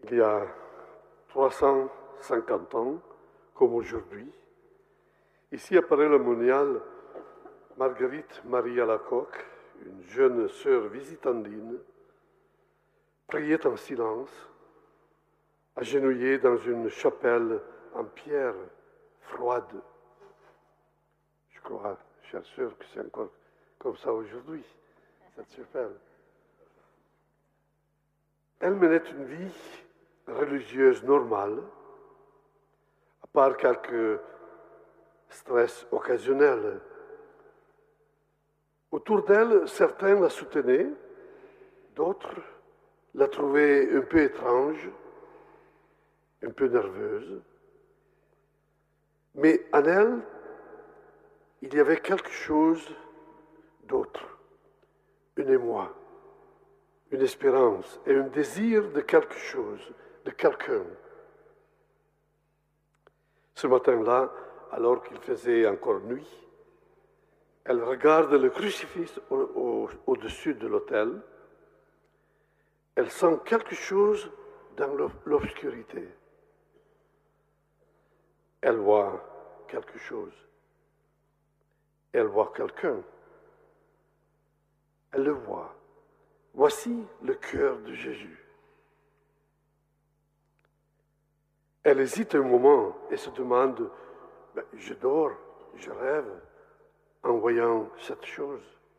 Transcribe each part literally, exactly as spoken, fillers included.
Il y a trois cent cinquante ans, comme aujourd'hui, ici à Paray-le-Monial, Marguerite Marie Alacoque, une jeune sœur visitandine, priait en silence, agenouillée dans une chapelle en pierre froide. Je crois, chère sœur, que c'est encore comme ça aujourd'hui, cette chapelle. Elle menait une vie religieuse normale, à part quelques stress occasionnels. Autour d'elle, certains la soutenaient, d'autres la trouvaient un peu étrange, un peu nerveuse. Mais en elle, il y avait quelque chose d'autre, un émoi, une espérance et un désir de quelque chose, de quelqu'un. Ce matin-là, alors qu'il faisait encore nuit, elle regarde le crucifix au, au, au-dessus de l'autel. Elle sent quelque chose dans l'obscurité. Elle voit quelque chose. Elle voit quelqu'un. Elle le voit. Voici le cœur de Jésus. Elle hésite un moment et se demande, ben, je dors, je rêve en voyant cette chose.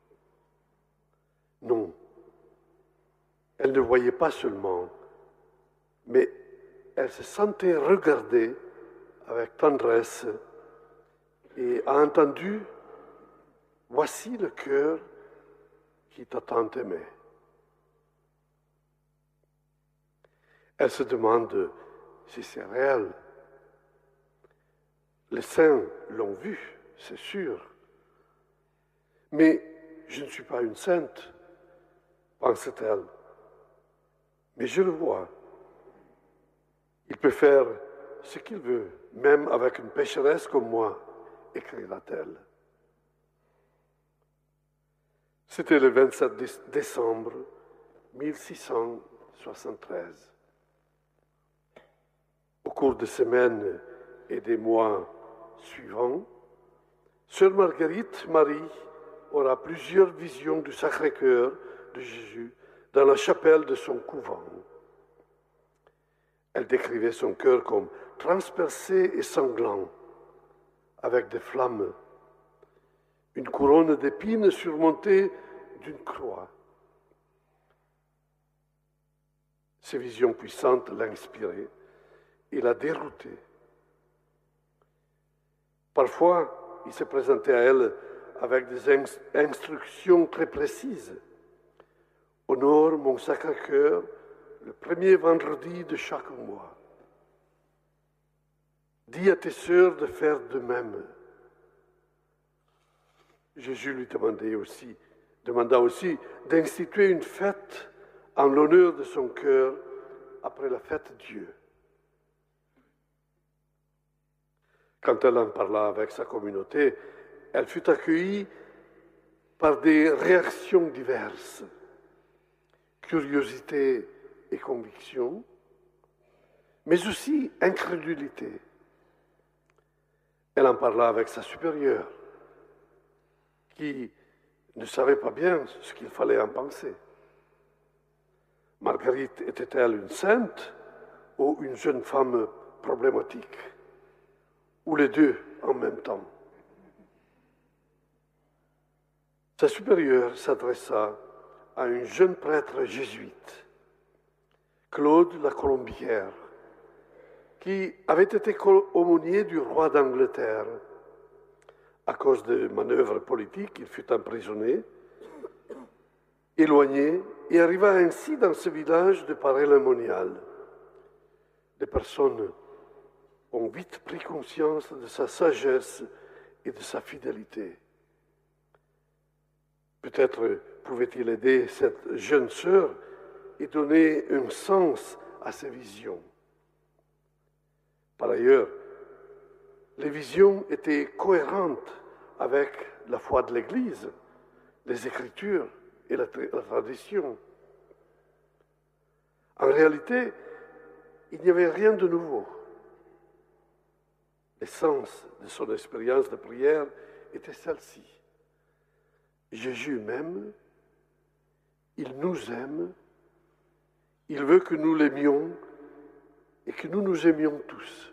Non. Elle ne voyait pas seulement, mais elle se sentait regardée avec tendresse et a entendu, voici le cœur qui t'a tant aimé. Elle se demande si c'est réel. Les saints l'ont vu, c'est sûr. Mais je ne suis pas une sainte, pense-t-elle. Mais je le vois. Il peut faire ce qu'il veut, même avec une pécheresse comme moi, écrira-t-elle. C'était le vingt-sept décembre mille six cent soixante-treize. Au cours des semaines et des mois suivants, Sœur Marguerite Marie aura plusieurs visions du Sacré-Cœur de Jésus dans la chapelle de son couvent. Elle décrivait son cœur comme transpercé et sanglant, avec des flammes, une couronne d'épines surmontée d'une croix. Ces visions puissantes l'inspiraient et la déroutaient. Parfois, il se présentait à elle avec des instructions très précises. Honore mon Sacré-Cœur le premier vendredi de chaque mois. Dis à tes sœurs de faire de même. Jésus lui demandait aussi, demanda aussi d'instituer une fête en l'honneur de son cœur après la fête Dieu. Quand elle en parla avec sa communauté, elle fut accueillie par des réactions diverses. Curiosité et conviction, mais aussi incrédulité. Elle en parla avec sa supérieure, qui ne savait pas bien ce qu'il fallait en penser. Marguerite était-elle une sainte ou une jeune femme problématique, ou les deux en même temps? Sa supérieure s'adressa à un jeune prêtre jésuite, Claude la Colombière, qui avait été aumônier du roi d'Angleterre. À cause de manœuvres politiques, il fut emprisonné, éloigné, et arriva ainsi dans ce village de Paray-le-Monial. Les personnes ont vite pris conscience de sa sagesse et de sa fidélité. Peut-être pouvait-il aider cette jeune sœur et donner un sens à ses visions. Par ailleurs, les visions étaient cohérentes avec la foi de l'Église, les Écritures et la, la tradition. En réalité, il n'y avait rien de nouveau. L'essence de son expérience de prière était celle-ci. Jésus m'aime, il nous aime, il veut que nous l'aimions et que nous nous aimions tous.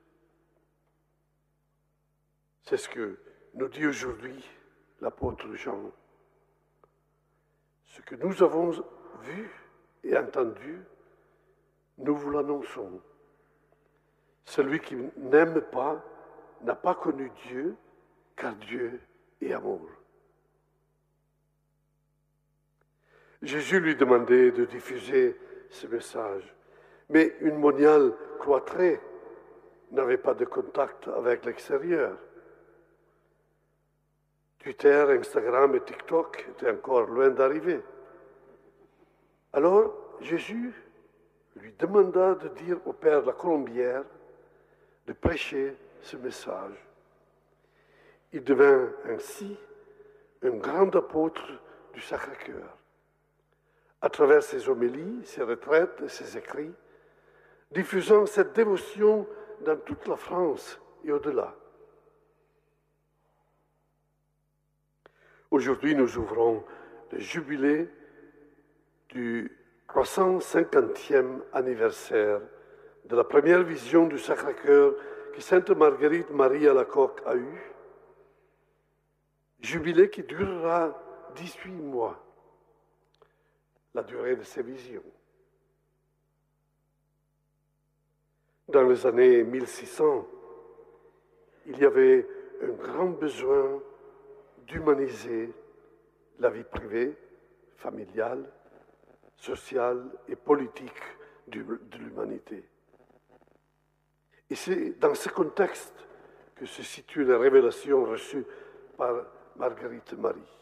C'est ce que nous dit aujourd'hui l'apôtre Jean. Ce que nous avons vu et entendu, nous vous l'annonçons. Celui qui n'aime pas n'a pas connu Dieu, car Dieu est amour. Jésus lui demandait de diffuser ce message, mais une moniale cloîtrée n'avait pas de contact avec l'extérieur. Twitter, Instagram et TikTok étaient encore loin d'arriver. Alors, Jésus lui demanda de dire au père de la Colombière de prêcher ce message. Il devint ainsi un grand apôtre du Sacré-Cœur. À travers ses homélies, ses retraites et ses écrits, diffusant cette dévotion dans toute la France et au-delà. Aujourd'hui, nous ouvrons le jubilé du trois cent cinquantième anniversaire de la première vision du Sacré-Cœur que Sainte Marguerite Marie Alacoque a eue. Jubilé qui durera dix-huit mois, la durée de ses visions. Dans les années mille six cents, il y avait un grand besoin d'humaniser la vie privée, familiale, sociale et politique de l'humanité. Et c'est dans ce contexte que se situe la révélation reçue par Marguerite Marie.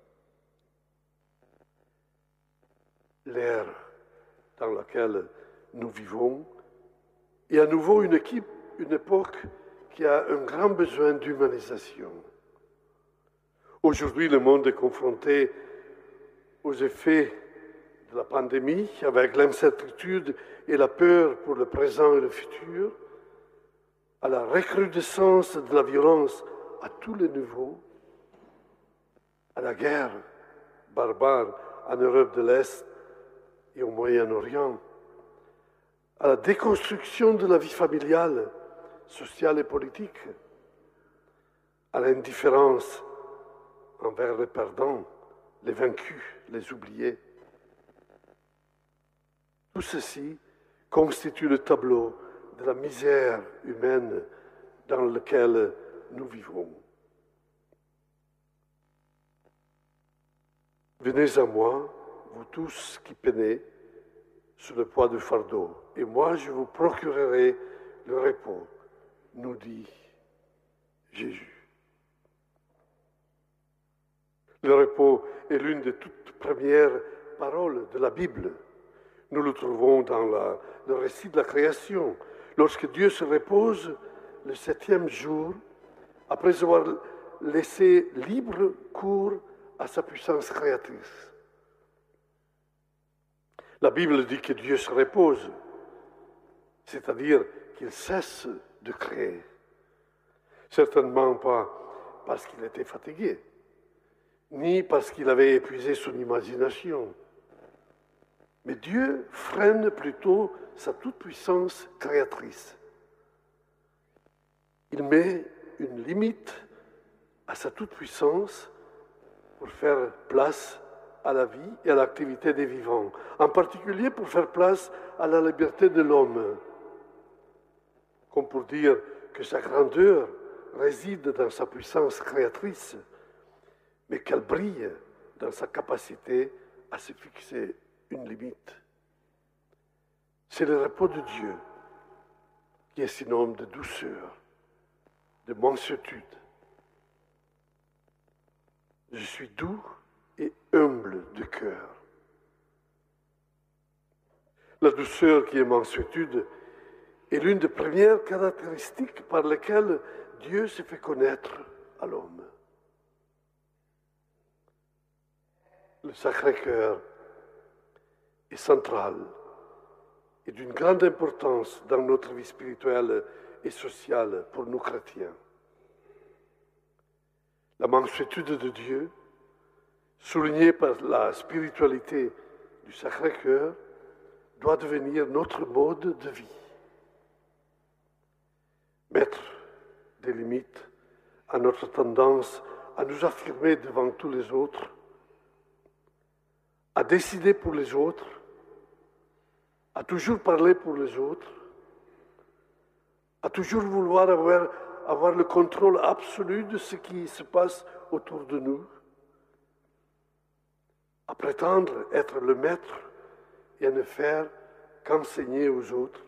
L'ère dans laquelle nous vivons est à nouveau une, équipe, une époque qui a un grand besoin d'humanisation. Aujourd'hui, le monde est confronté aux effets de la pandémie, avec l'incertitude et la peur pour le présent et le futur, à la recrudescence de la violence à tous les niveaux, à la guerre barbare en Europe de l'Est et au Moyen-Orient, à la déconstruction de la vie familiale, sociale et politique, à l'indifférence envers les perdants, les vaincus, les oubliés. Tout ceci constitue le tableau de la misère humaine dans lequel nous vivons. Venez à moi, vous tous qui peinez sous le poids du fardeau, et moi je vous procurerai le repos, nous dit Jésus. Le repos est l'une des toutes premières paroles de la Bible. Nous le trouvons dans la, le récit de la création. Lorsque Dieu se repose le septième jour, après avoir laissé libre cours à sa puissance créatrice. La Bible dit que Dieu se repose, c'est-à-dire qu'il cesse de créer. Certainement pas parce qu'il était fatigué, ni parce qu'il avait épuisé son imagination. Mais Dieu freine plutôt sa toute-puissance créatrice. Il met une limite à sa toute-puissance pour faire place à la vie et à l'activité des vivants, en particulier pour faire place à la liberté de l'homme, comme pour dire que sa grandeur réside dans sa puissance créatrice, mais qu'elle brille dans sa capacité à se fixer une limite. C'est le repos de Dieu qui est synonyme de douceur, de mansuétude. Je suis doux et humble de cœur. La douceur qui est mansuétude est l'une des premières caractéristiques par lesquelles Dieu se fait connaître à l'homme. Le Sacré-Cœur est central est d'une grande importance dans notre vie spirituelle et sociale pour nous chrétiens. La mansuétude de Dieu, soulignée par la spiritualité du Sacré-Cœur, doit devenir notre mode de vie. Mettre des limites à notre tendance à nous affirmer devant tous les autres, à décider pour les autres, à toujours parler pour les autres, à toujours vouloir avoir, avoir le contrôle absolu de ce qui se passe autour de nous, à prétendre être le maître et à ne faire qu'enseigner aux autres,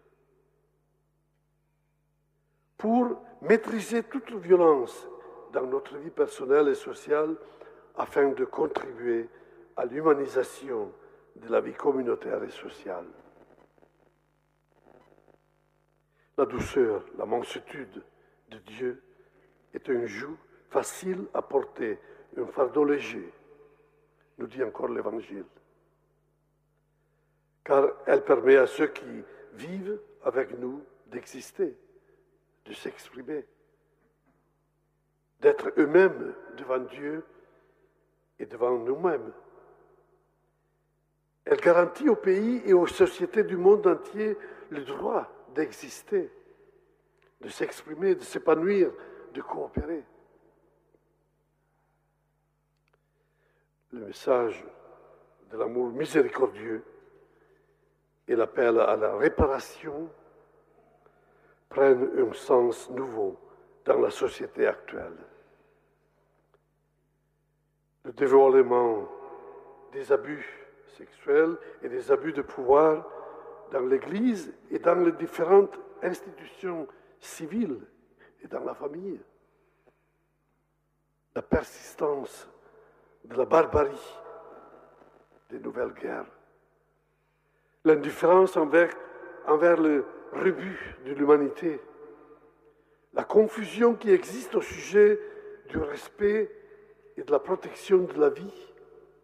pour maîtriser toute violence dans notre vie personnelle et sociale afin de contribuer à l'humanisation de la vie communautaire et sociale. La douceur, la mansuétude de Dieu est un joug facile à porter, un fardeau léger, nous dit encore l'Évangile. Car elle permet à ceux qui vivent avec nous d'exister, de s'exprimer, d'être eux-mêmes devant Dieu et devant nous-mêmes. Elle garantit aux pays et aux sociétés du monde entier le droit d'exister, de s'exprimer, de s'épanouir, de coopérer. Le message de l'amour miséricordieux et l'appel à la réparation prennent un sens nouveau dans la société actuelle. Le dévoilement des abus sexuels et des abus de pouvoir dans l'Église et dans les différentes institutions civiles et dans la famille. La persistance de la barbarie des nouvelles guerres. L'indifférence envers, envers le rebut de l'humanité. La confusion qui existe au sujet du respect et de la protection de la vie.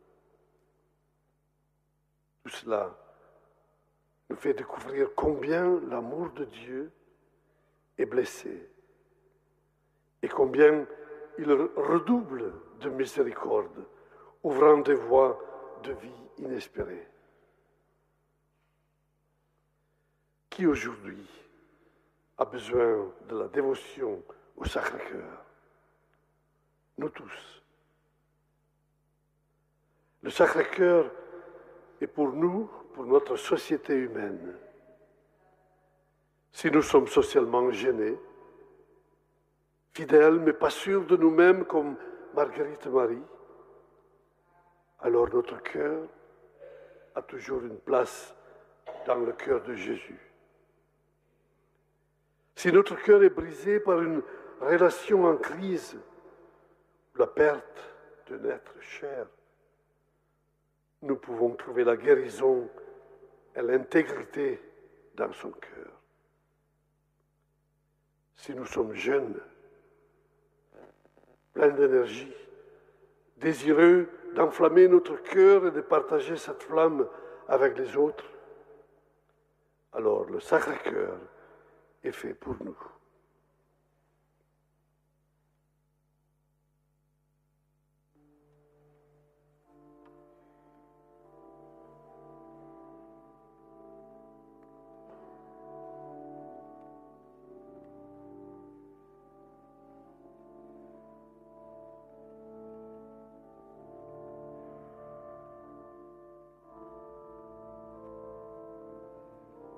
Tout cela nous fait découvrir combien l'amour de Dieu est blessé et combien il redouble de miséricorde, ouvrant des voies de vie inespérées. Qui aujourd'hui a besoin de la dévotion au Sacré-Cœur? Nous tous. Le Sacré-Cœur est pour nous, pour notre société humaine. Si nous sommes socialement gênés, fidèles mais pas sûrs de nous-mêmes comme Marguerite Marie, alors notre cœur a toujours une place dans le cœur de Jésus. Si notre cœur est brisé par une relation en crise, la perte d'un être cher, nous pouvons trouver la guérison et l'intégrité dans son cœur. Si nous sommes jeunes, pleins d'énergie, désireux d'enflammer notre cœur et de partager cette flamme avec les autres, alors le Sacré-Cœur est fait pour nous.